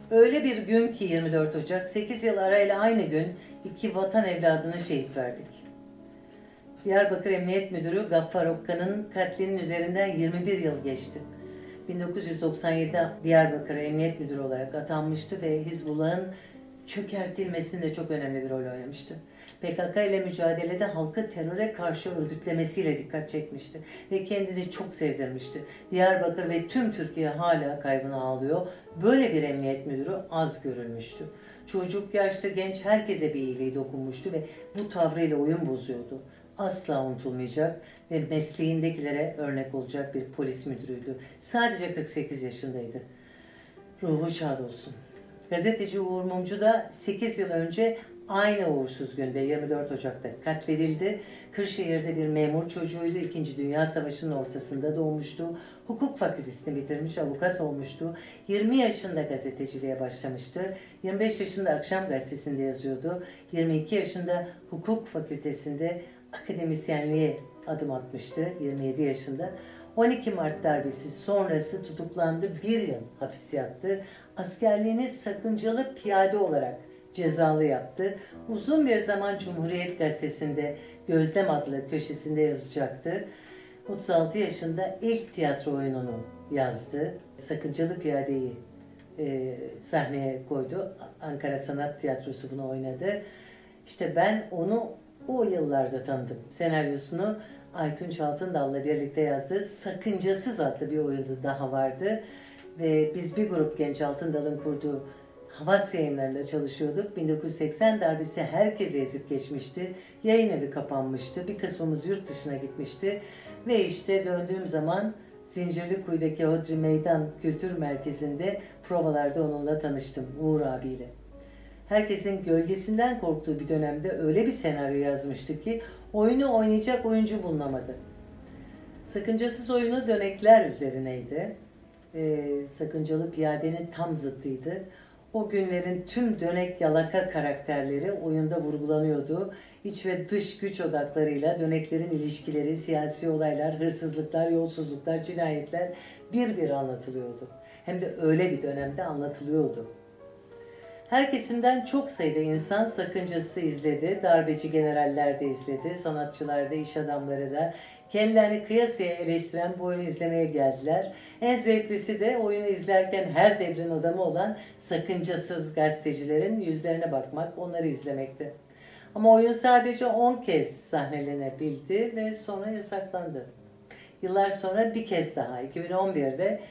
Öyle bir gün ki 24 Ocak, 8 yıl arayla aynı gün iki vatan evladını şehit verdik. Diyarbakır Emniyet Müdürü Gaffar Okkan'ın katlinin üzerinden 21 yıl geçti. 1997'de Diyarbakır Emniyet Müdürü olarak atanmıştı ve Hizbullah'ın çökertilmesinde çok önemli bir rol oynamıştı. PKK ile mücadelede halkı teröre karşı örgütlemesiyle dikkat çekmişti ve kendini çok sevdirmişti. Diyarbakır ve tüm Türkiye hala kaybını ağlıyor. Böyle bir emniyet müdürü az görülmüştü. Çocuk, yaşlı, genç herkese bir iyiliği dokunmuştu ve bu tavrıyla oyun bozuyordu. Asla unutulmayacak ve mesleğindekilere örnek olacak bir polis müdürüydü. Sadece 48 yaşındaydı. Ruhu şad olsun. Gazeteci Uğur Mumcu da 8 yıl önce aynı uğursuz günde 24 Ocak'ta katledildi. Kırşehir'de bir memur çocuğuydu. 2. Dünya Savaşı'nın ortasında doğmuştu. Hukuk fakültesini bitirmiş, avukat olmuştu. 20 yaşında gazeteciliğe başlamıştı. 25 yaşında Akşam Gazetesi'nde yazıyordu. 22 yaşında hukuk fakültesinde akademisyenliğe adım atmıştı 27 yaşında. 12 Mart darbesi sonrası tutuklandı, bir yıl hapis yattı. Askerliğini sakıncalı piyade olarak cezalı yaptı. Uzun bir zaman Cumhuriyet Gazetesi'nde Gözlem adlı köşesinde yazacaktı. 36 yaşında ilk tiyatro oyununu yazdı. Sakıncalı Piyade'yi sahneye koydu. Ankara Sanat Tiyatrosu bunu oynadı. İşte ben onu o yıllarda tanıdım. Senaryosunu Aytunç Altındal'la birlikte yazdığı Sakıncasız adlı bir oyunu daha vardı. Ve biz bir grup genç Altındal'ın kurduğu Havas Yayınları'nda çalışıyorduk. 1980 darbesi herkese ezip geçmişti. Yayın evi kapanmıştı. Bir kısmımız yurt dışına gitmişti. Ve işte döndüğüm zaman Zincirlikuyu'daki Hodri Meydan Kültür Merkezi'nde provalarda onunla tanıştım. Uğur abiyle. Herkesin gölgesinden korktuğu bir dönemde öyle bir senaryo yazmıştı ki oyunu oynayacak oyuncu bulunamadı. Sakıncasız oyunu dönekler üzerineydi. Sakıncalı Piyade'nin tam zıttıydı. O günlerin tüm dönek yalaka karakterleri oyunda vurgulanıyordu. İç ve dış güç odaklarıyla döneklerin ilişkileri, siyasi olaylar, hırsızlıklar, yolsuzluklar, cinayetler bir anlatılıyordu. Hem de öyle bir dönemde anlatılıyordu. Her kesimden çok sayıda insan Sakıncasız'ı izledi. Darbeci generaller de izledi. Sanatçılar da, iş adamları da. Kendilerini kıyasıya eleştiren bu oyunu izlemeye geldiler. En zevklisi de oyunu izlerken her devrin adamı olan sakıncasız gazetecilerin yüzlerine bakmak, onları izlemekti. Ama oyun sadece 10 kez sahnelenebildi ve sonra yasaklandı. Yıllar sonra bir kez daha 2011'de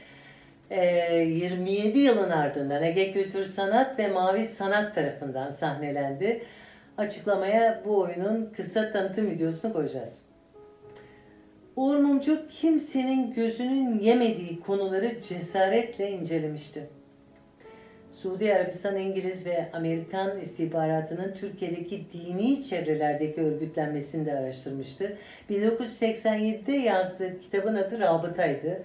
27 yılın ardından Ege Kültür Sanat ve Mavi Sanat tarafından sahnelendi. Açıklamaya bu oyunun kısa tanıtım videosunu koyacağız. Uğur Mumcu kimsenin gözünün yemediği konuları cesaretle incelemişti. Suudi Arabistan, İngiliz ve Amerikan istihbaratının Türkiye'deki dini çevrelerdeki örgütlenmesini de araştırmıştı. 1987'de yazdığı kitabın adı Rabıta'ydı.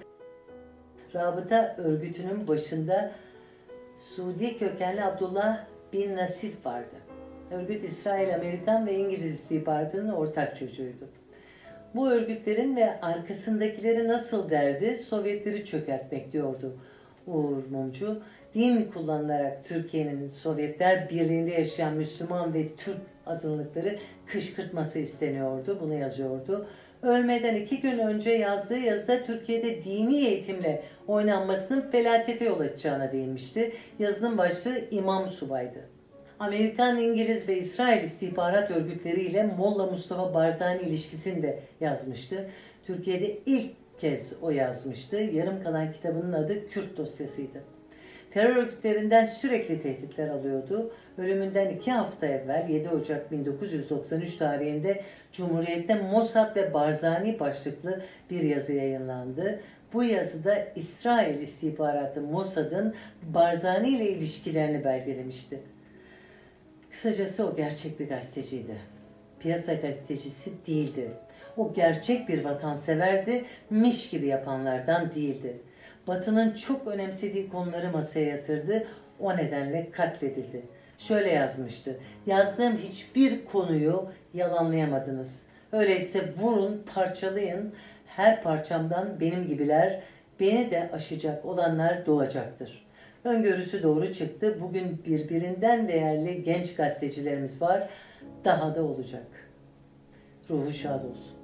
Rabıta örgütünün başında Suudi kökenli Abdullah bin Nasif vardı. Örgüt İsrail, Amerikan ve İngiliz istihbaratının ortak çocuğuydu. Bu örgütlerin ve arkasındakileri nasıl derdi? Sovyetleri çökertmek diyordu Uğur Mumcu. Din kullanılarak Türkiye'nin Sovyetler Birliği'nde yaşayan Müslüman ve Türk azınlıkları kışkırtması isteniyordu. Bunu yazıyordu. Ölmeden 2 gün önce yazdığı yazıda Türkiye'de dini eğitimle oynanmasının felakete yol açacağına değinmişti. Yazının başlığı İmam Subay'dı. Amerikan, İngiliz ve İsrail istihbarat örgütleriyle Molla Mustafa Barzani ilişkisini de yazmıştı. Türkiye'de ilk kez o yazmıştı. Yarım kalan kitabının adı Kürt dosyasıydı. Terör örgütlerinden sürekli tehditler alıyordu. Ölümünden 2 hafta evvel 7 Ocak 1993 tarihinde Cumhuriyet'te Mossad ve Barzani başlıklı bir yazı yayınlandı. Bu yazıda İsrail istihbaratı Mossad'ın Barzani ile ilişkilerini belgelemişti. Kısacası o gerçek bir gazeteciydi. Piyasa gazetecisi değildi. O gerçek bir vatanseverdi, miş gibi yapanlardan değildi. Batı'nın çok önemsediği konuları masaya yatırdı, o nedenle katledildi. Şöyle yazmıştı: yazdığım hiçbir konuyu yalanlayamadınız. Öyleyse vurun, parçalayın, her parçamdan benim gibiler, beni de aşacak olanlar doğacaktır. Öngörüsü doğru çıktı. Bugün birbirinden değerli genç gazetecilerimiz var. Daha da olacak. Ruhu şad olsun.